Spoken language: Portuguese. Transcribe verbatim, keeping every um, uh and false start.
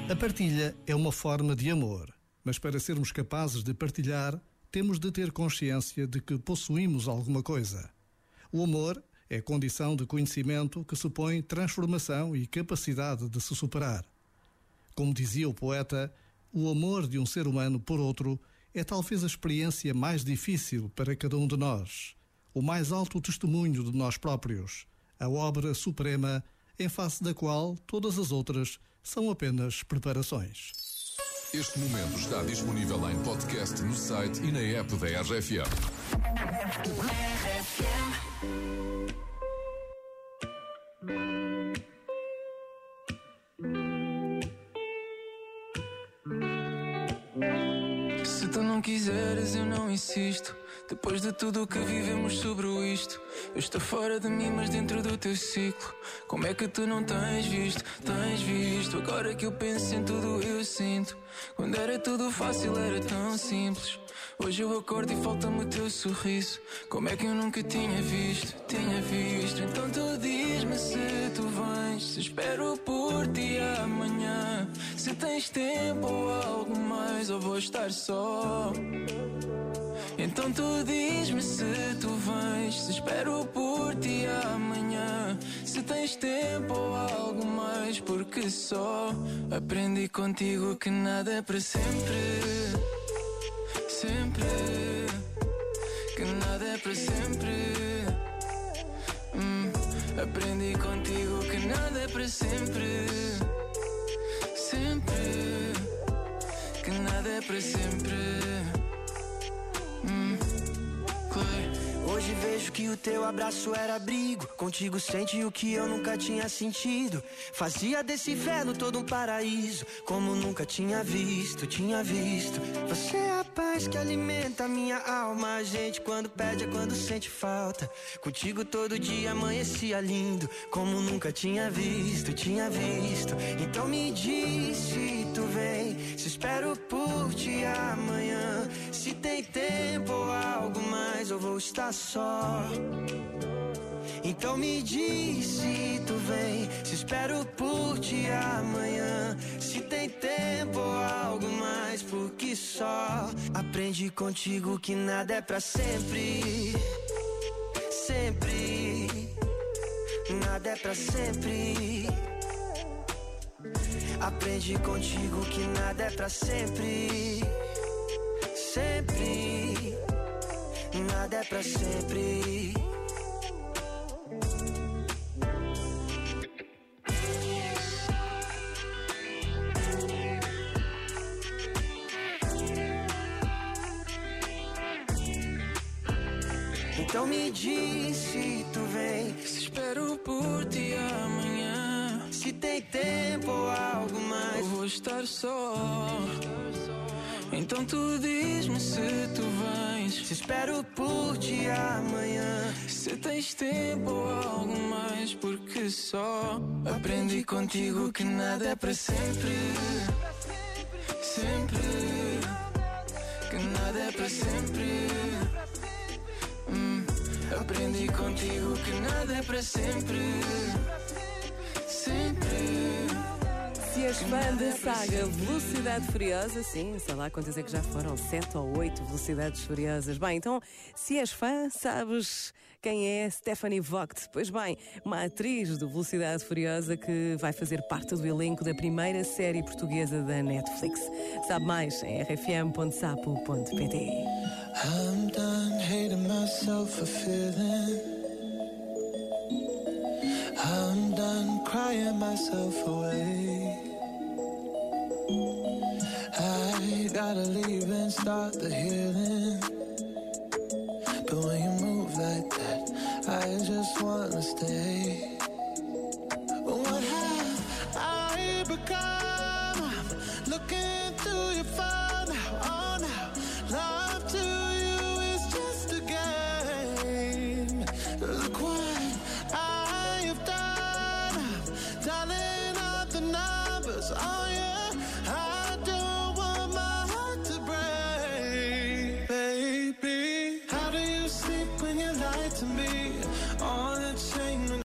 A partilha é uma forma de amor, mas para sermos capazes de partilhar, temos de ter consciência de que possuímos alguma coisa. O amor é condição de conhecimento que supõe transformação e capacidade de se superar. Como dizia o poeta, o amor de um ser humano por outro é talvez a experiência mais difícil para cada um de nós, o mais alto testemunho de nós próprios, a obra suprema em face da qual todas as outras são apenas preparações. Este momento está disponível em podcast no site e na app da R F M. Se tu não quiseres, eu não insisto. Depois de tudo o que vivemos sobre o isto, eu estou fora de mim, mas dentro do teu ciclo. Como é que tu não tens visto, tens visto? Agora que eu penso em tudo eu sinto. Quando era tudo fácil era tão simples. Hoje eu acordo e falta-me o teu sorriso. Como é que eu nunca tinha visto, tinha visto? Então tu diz-me se tu vens, se espero por ti amanhã, se tens tempo ou algo mais, ou vou estar só. Então tu diz-me se tu vens, se espero por ti amanhã, se tens tempo ou algo mais, porque só aprendi contigo que nada é para sempre. Sempre, que nada é para sempre. hum, Aprendi contigo que nada é para sempre. Sempre, que nada é para sempre. hum, Hoje vejo que o teu abraço era abrigo. Contigo senti o que eu nunca tinha sentido. Fazia desse inferno todo um paraíso, como nunca tinha visto, tinha visto. Você é a paz que alimenta a minha alma. A gente quando pede é quando sente falta. Contigo todo dia amanhecia lindo, como nunca tinha visto, tinha visto. Então me diz se tu vem, se espero por ti amanhã, se tem tempo ou algo mais, eu vou estar só. Então me diz se tu vem, se espero por ti amanhã, se tem tempo ou algo mais, porque só aprendi contigo que nada é pra sempre. Sempre, nada é pra sempre. Aprendi contigo que nada é pra sempre. Sempre, nada é pra sempre. Então me diz se tu vem, se espero por ti amanhã, se tem tempo ou algo mais, eu vou estar só. Então tu diz-me se tu vens, se espero por ti amanhã, se tens tempo ou algo mais, porque só aprendi contigo que nada é para sempre. Sempre, que nada é para sempre. hum, Aprendi contigo que nada é para sempre. Sempre. Se és fã da saga Velocidade Furiosa, sim, sei lá quantas é que já foram, sete ou oito Velocidades Furiosas. Bem, então, se és fã, sabes quem é Stephanie Vogt. Pois bem, uma atriz do Velocidade Furiosa que vai fazer parte do elenco da primeira série portuguesa da Netflix. Sabe mais em r f m ponto sapo ponto p t. I'm done hating myself for feeling. I'm done crying myself away. I gotta leave and start the healing. But when you move like that, I just wanna stay. What have I become? I'm looking through your phone now, oh now. Love to you is just a game. Look what I have done. I'm dialing up the numbers on